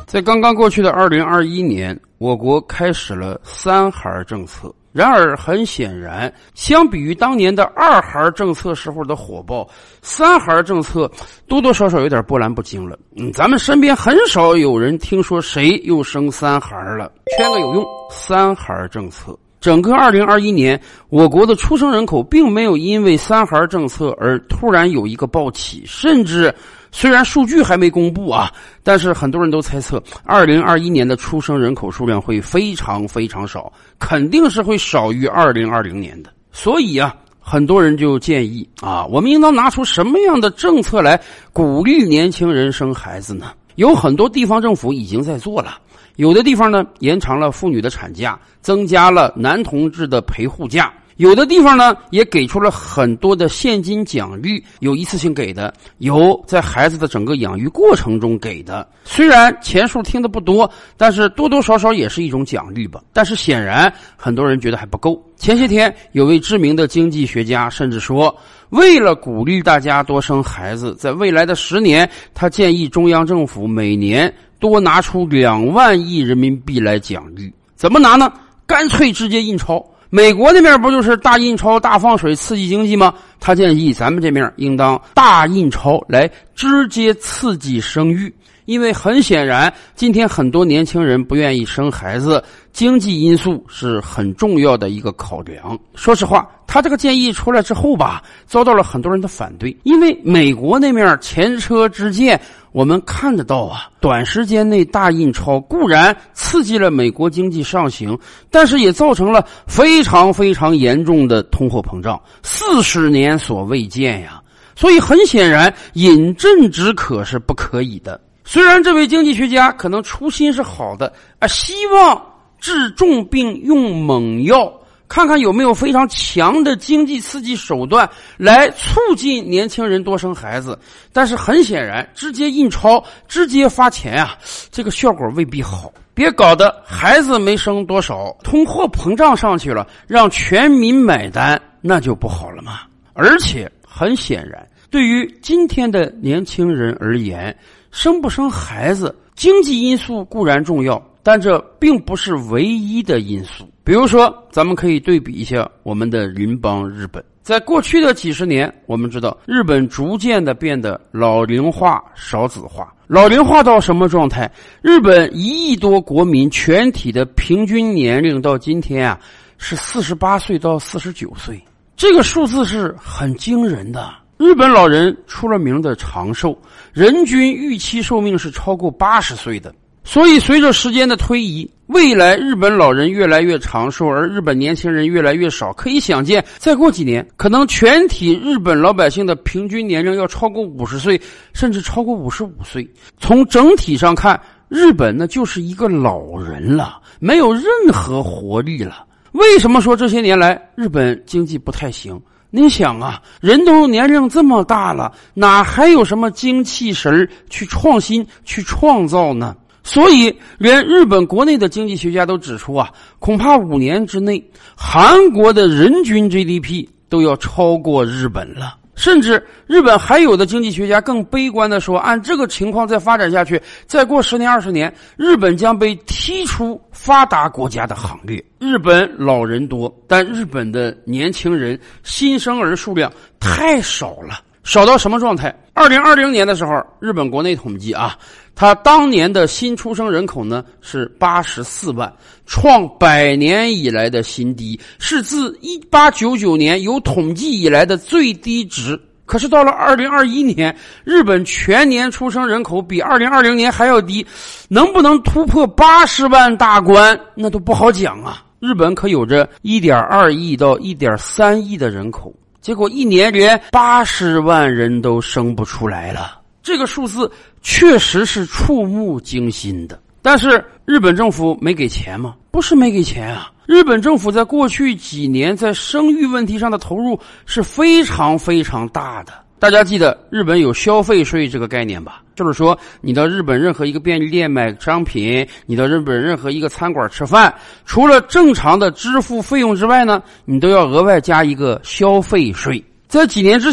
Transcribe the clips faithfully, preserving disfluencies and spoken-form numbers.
在刚刚过去的二零二一年，我国开始了三孩政策。然而很显然，相比于当年的二孩政策时候的火爆，三孩政策多多少少有点波澜不惊了。嗯，咱们身边很少有人听说谁又生三孩了。圈个有用，三孩政策。整个二零二一年，我国的出生人口并没有因为三孩政策而突然有一个暴起，甚至虽然数据还没公布啊，但是很多人都猜测二零二一年的出生人口数量会非常非常少，肯定是会少于二零二零年的。所以啊，很多人就建议啊，我们应当拿出什么样的政策来鼓励年轻人生孩子呢？有很多地方政府已经在做了。有的地方呢，延长了妇女的产假，增加了男同志的陪护假。有的地方呢，也给出了很多的现金奖励，有一次性给的，有在孩子的整个养育过程中给的。虽然钱数听得不多，但是多多少少也是一种奖励吧。但是显然很多人觉得还不够。前些天有位知名的经济学家甚至说，为了鼓励大家多生孩子，在未来的十年，他建议中央政府每年多拿出两万亿人民币来奖励。怎么拿呢？干脆直接印钞。美国那边不就是大印钞大放水刺激经济吗？他建议咱们这边应当大印钞来直接刺激生育。因为很显然，今天很多年轻人不愿意生孩子，经济因素是很重要的一个考量。说实话，他这个建议出来之后吧，遭到了很多人的反对。因为美国那面前车之鉴，我们看得到啊，短时间内大印钞固然刺激了美国经济上行，但是也造成了非常非常严重的通货膨胀，四十年所未见呀。所以很显然，饮鸩止渴是不可以的。虽然这位经济学家可能初心是好的啊，希望治重病用猛药，看看有没有非常强的经济刺激手段来促进年轻人多生孩子，但是很显然，直接印钞、直接发钱啊，这个效果未必好。别搞得孩子没生多少，通货膨胀上去了，让全民买单，那就不好了嘛。而且很显然，对于今天的年轻人而言，生不生孩子，经济因素固然重要，但这并不是唯一的因素。比如说，咱们可以对比一下我们的邻邦日本。在过去的几十年，我们知道日本逐渐的变得老龄化、少子化。老龄化到什么状态？日本一亿多国民全体的平均年龄到今天啊，是四十八岁到四十九岁。这个数字是很惊人的。日本老人出了名的长寿，人均预期寿命是超过八十岁的。所以随着时间的推移，未来日本老人越来越长寿，而日本年轻人越来越少。可以想见，再过几年，可能全体日本老百姓的平均年龄要超过五十岁，甚至超过五十五岁。从整体上看，日本那就是一个老人了，没有任何活力了。为什么说这些年来日本经济不太行？您想啊，人都年龄这么大了，哪还有什么精气神去创新、去创造呢？所以，连日本国内的经济学家都指出啊，恐怕五年之内，韩国的人均 G D P 都要超过日本了。甚至日本还有的经济学家更悲观地说，按这个情况再发展下去，再过十年二十年，日本将被踢出发达国家的行列。日本老人多，但日本的年轻人新生儿数量太少了。少到什么状态？二零二零年的时候，日本国内统计啊，它当年的新出生人口呢是八十四万，创百年以来的新低，是自一八九九年有统计以来的最低值。可是到了二零二一年，日本全年出生人口比二零二零年还要低，能不能突破八十万大关，那都不好讲啊。日本可有着 一点二亿到 一点三亿的人口，结果一年连八十万人都生不出来了，这个数字确实是触目惊心的。但是日本政府没给钱吗？不是没给钱啊，日本政府在过去几年在生育问题上的投入是非常非常大的。大家记得日本有消费税这个概念吧？就是说你到日本任何一个便利店买商品，你到日本任何一个餐馆吃饭，除了正常的支付费用之外呢，你都要额外加一个消费税。在几年之前，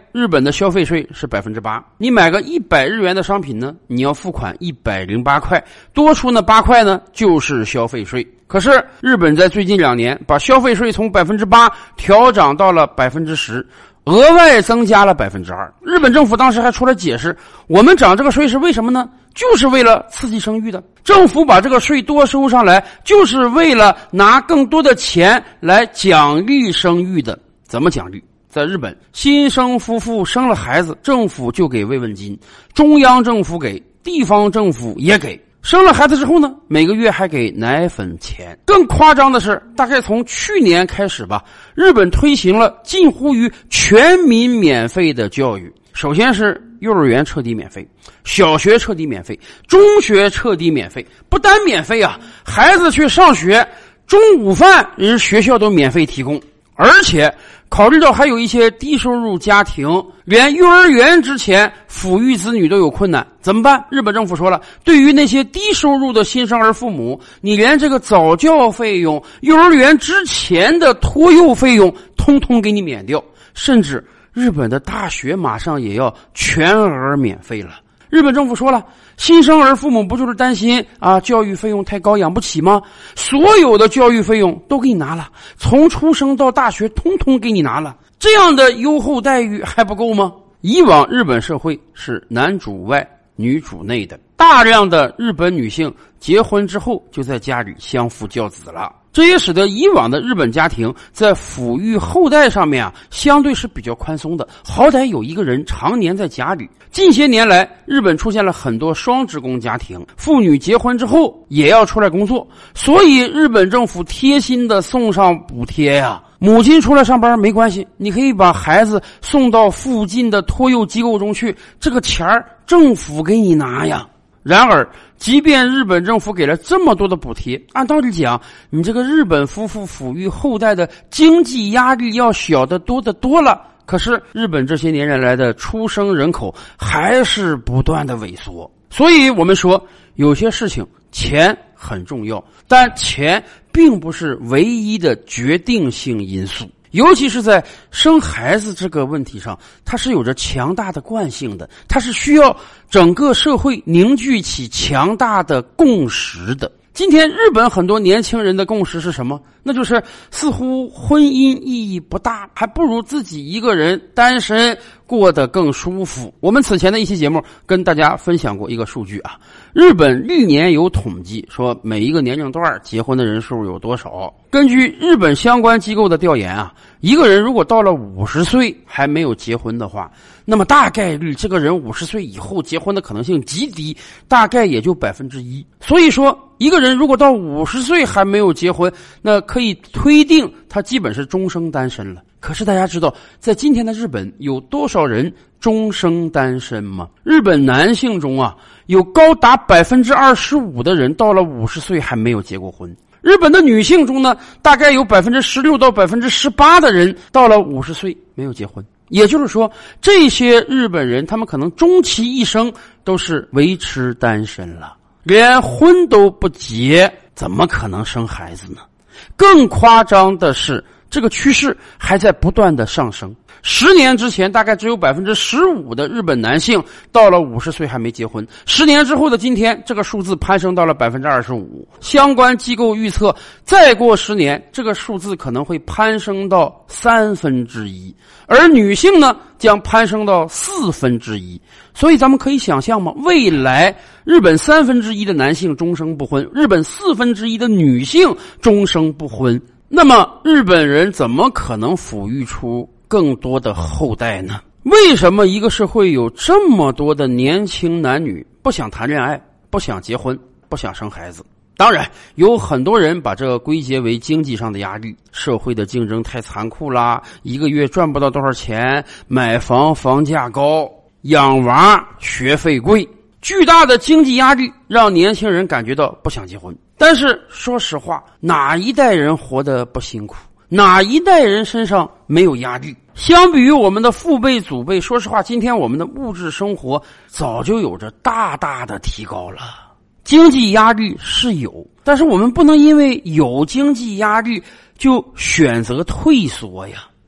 日本的消费税是 百分之八， 你买个一百日元的商品呢，你要付款一百零八块，多出那八块呢就是消费税。可是日本在最近两年把消费税从 百分之八 调涨到了 百分之十， 额外增加了 百分之二。 日本政府当时还出来解释，我们涨这个税是为什么呢？就是为了刺激生育的。政府把这个税多收上来，就是为了拿更多的钱来奖励生育的。怎么奖励？在日本，新生夫妇生了孩子，政府就给慰问金，中央政府给，地方政府也给。生了孩子之后呢，每个月还给奶粉钱。更夸张的是，大概从去年开始吧，日本推行了近乎于全民免费的教育。首先是幼儿园彻底免费，小学彻底免费，中学彻底免费。不单免费啊，孩子去上学，中午饭人学校都免费提供。而且考虑到还有一些低收入家庭连幼儿园之前抚育子女都有困难，怎么办？日本政府说了，对于那些低收入的新生儿父母，你连这个早教费用、幼儿园之前的托幼费用通通给你免掉，甚至日本的大学马上也要全额免费了。日本政府说了，新生儿父母不就是担心啊教育费用太高养不起吗？所有的教育费用都给你拿了，从出生到大学通通给你拿了。这样的优厚待遇还不够吗？以往日本社会是男主外女主内的，大量的日本女性结婚之后就在家里相夫教子了。这也使得以往的日本家庭在抚育后代上面啊，相对是比较宽松的，好歹有一个人常年在家里。近些年来，日本出现了很多双职工家庭，妇女结婚之后也要出来工作，所以日本政府贴心的送上补贴呀。母亲出来上班没关系，你可以把孩子送到附近的托幼机构中去，这个钱儿政府给你拿呀。然而即便日本政府给了这么多的补贴，按道理讲，你这个日本夫妇抚育后代的经济压力要小得多得多了。可是日本这些年来的出生人口还是不断的萎缩。所以我们说，有些事情钱很重要，但钱并不是唯一的决定性因素。尤其是在生孩子这个问题上，它是有着强大的惯性的，它是需要整个社会凝聚起强大的共识的。今天日本很多年轻人的共识是什么？那就是似乎婚姻意义不大，还不如自己一个人单身过得更舒服。我们此前的一期节目跟大家分享过一个数据啊，日本历年有统计说每一个年龄段结婚的人数有多少。根据日本相关机构的调研啊，一个人如果到了五十岁还没有结婚的话，那么大概率这个人五十岁以后结婚的可能性极低，大概也就百分之一。所以说一个人如果到五十岁还没有结婚，那可以推定他基本是终生单身了。可是大家知道在今天的日本有多少人终生单身吗？日本男性中啊，有高达 百分之二十五 的人到了五十岁还没有结过婚。日本的女性中呢，大概有 百分之十六 到 百分之十八 的人到了五十岁没有结婚。也就是说，这些日本人他们可能终其一生都是维持单身了，连婚都不结，怎么可能生孩子呢？更夸张的是，这个趋势还在不断的上升。十年之前大概只有 百分之十五 的日本男性到了五十岁还没结婚，十年之后的今天，这个数字攀升到了 百分之二十五。 相关机构预测再过十年，这个数字可能会攀升到三分之一，而女性呢将攀升到四分之一。所以咱们可以想象吗？未来日本三分之一的男性终生不婚，日本四分之一的女性终生不婚，那么日本人怎么可能抚育出更多的后代呢？为什么一个社会有这么多的年轻男女不想谈恋爱，不想结婚，不想生孩子？当然有很多人把这个归结为经济上的压力，社会的竞争太残酷啦，一个月赚不到多少钱，买房房价高，养娃学费贵，巨大的经济压力让年轻人感觉到不想结婚。但是说实话，哪一代人活得不辛苦？哪一代人身上没有压力？相比于我们的父辈祖辈，说实话，今天我们的物质生活早就有着大大的提高了。经济压力是有，但是我们不能因为有经济压力就选择退缩呀。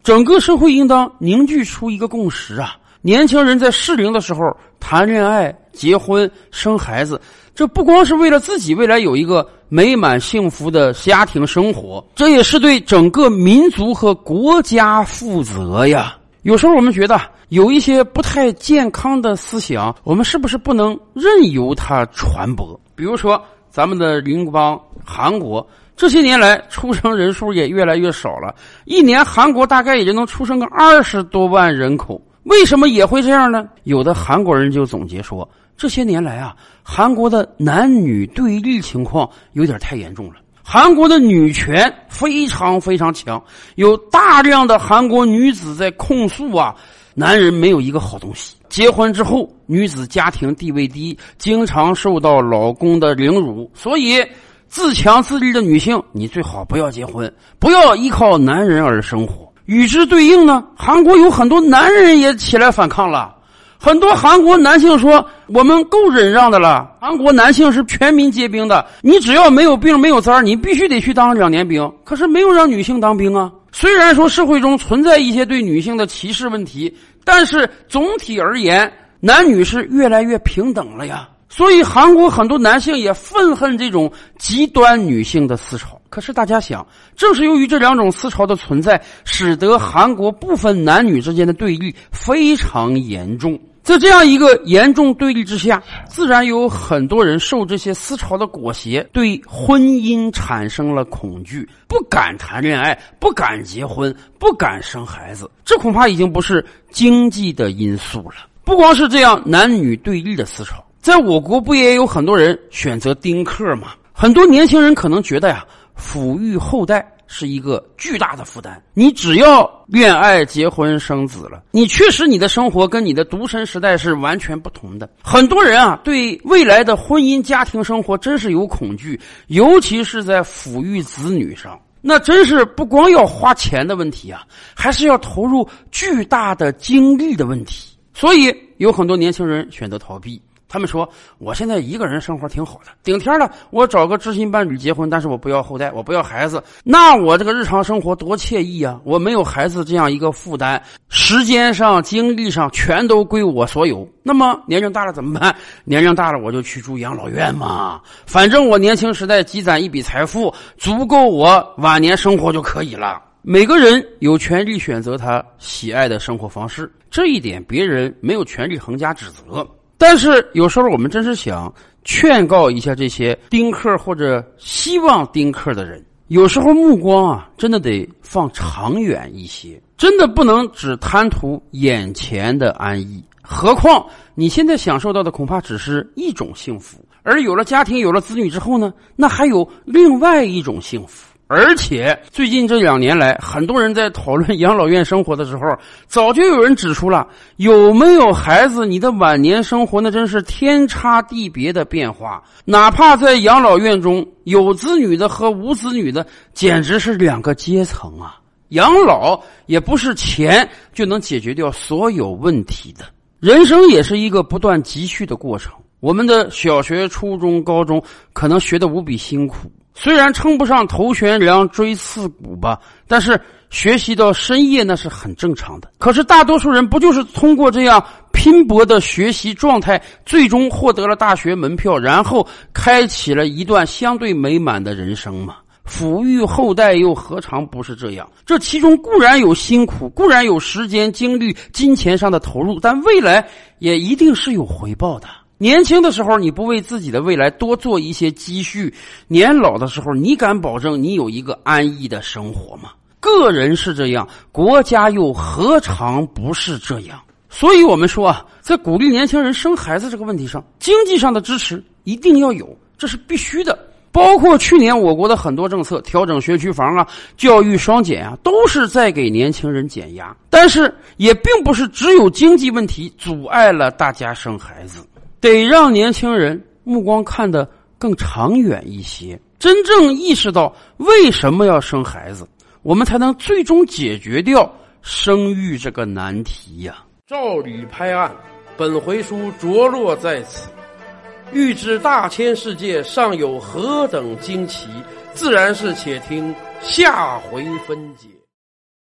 整个社会应当凝聚出一个共识啊！年轻人在适龄的时候谈恋爱、结婚、生孩子，这不光是为了自己未来有一个美满幸福的家庭生活，这也是对整个民族和国家负责呀。有时候我们觉得有一些不太健康的思想，我们是不是不能任由它传播？比如说咱们的邻邦韩国，这些年来出生人数也越来越少了，一年韩国大概也就能出生个二十多万人口。为什么也会这样呢？有的韩国人就总结说，这些年来啊，韩国的男女对立情况有点太严重了。韩国的女权非常非常强，有大量的韩国女子在控诉啊，男人没有一个好东西。结婚之后，女子家庭地位低，经常受到老公的凌辱，所以自强自立的女性，你最好不要结婚，不要依靠男人而生活。与之对应呢，韩国有很多男人也起来反抗了。很多韩国男性说，我们够忍让的了，韩国男性是全民皆兵的，你只要没有病没有灾儿，你必须得去当两年兵。可是没有让女性当兵啊。虽然说社会中存在一些对女性的歧视问题，但是总体而言，男女是越来越平等了呀。所以韩国很多男性也愤恨这种极端女性的思潮。可是大家想，正是由于这两种思潮的存在，使得韩国部分男女之间的对立非常严重。在这样一个严重对立之下，自然有很多人受这些思潮的裹挟，对婚姻产生了恐惧，不敢谈恋爱，不敢结婚，不敢生孩子。这恐怕已经不是经济的因素了。不光是这样男女对立的思潮，在我国不也有很多人选择丁克吗？很多年轻人可能觉得呀，抚育后代是一个巨大的负担，你只要恋爱结婚生子了，你确实你的生活跟你的独身时代是完全不同的。很多人啊，对未来的婚姻家庭生活真是有恐惧，尤其是在抚育子女上，那真是不光要花钱的问题啊，还是要投入巨大的精力的问题。所以有很多年轻人选择逃避，他们说，我现在一个人生活挺好的，顶天了，我找个知心伴侣结婚，但是我不要后代，我不要孩子，那我这个日常生活多惬意啊！我没有孩子这样一个负担，时间上精力上全都归我所有。那么年龄大了怎么办？年龄大了我就去住养老院嘛，反正我年轻时代积攒一笔财富，足够我晚年生活就可以了。每个人有权利选择他喜爱的生活方式，这一点别人没有权利横加指责。但是有时候我们真是想劝告一下这些丁克或者希望丁克的人，有时候目光啊真的得放长远一些，真的不能只贪图眼前的安逸。何况你现在享受到的恐怕只是一种幸福，而有了家庭有了子女之后呢，那还有另外一种幸福。而且最近这两年来，很多人在讨论养老院生活的时候，早就有人指出了，有没有孩子，你的晚年生活那真是天差地别的变化。哪怕在养老院中，有子女的和无子女的简直是两个阶层啊。养老也不是钱就能解决掉所有问题的，人生也是一个不断积蓄的过程。我们的小学、初中、高中可能学得无比辛苦，虽然称不上头悬梁锥刺股吧，但是学习到深夜那是很正常的。可是大多数人不就是通过这样拼搏的学习状态，最终获得了大学门票，然后开启了一段相对美满的人生吗？抚育后代又何尝不是这样？这其中固然有辛苦，固然有时间、精力、金钱上的投入，但未来也一定是有回报的。年轻的时候你不为自己的未来多做一些积蓄，年老的时候你敢保证你有一个安逸的生活吗？个人是这样，国家又何尝不是这样？所以我们说啊，在鼓励年轻人生孩子这个问题上，经济上的支持一定要有，这是必须的。包括去年我国的很多政策，调整学区房啊，教育双减啊，都是在给年轻人减压。但是也并不是只有经济问题阻碍了大家生孩子，得让年轻人目光看得更长远一些，真正意识到为什么要生孩子，我们才能最终解决掉生育这个难题呀。 照吕拍案，本回书着落在此。欲知大千世界尚有何等惊奇，自然是且听下回分解。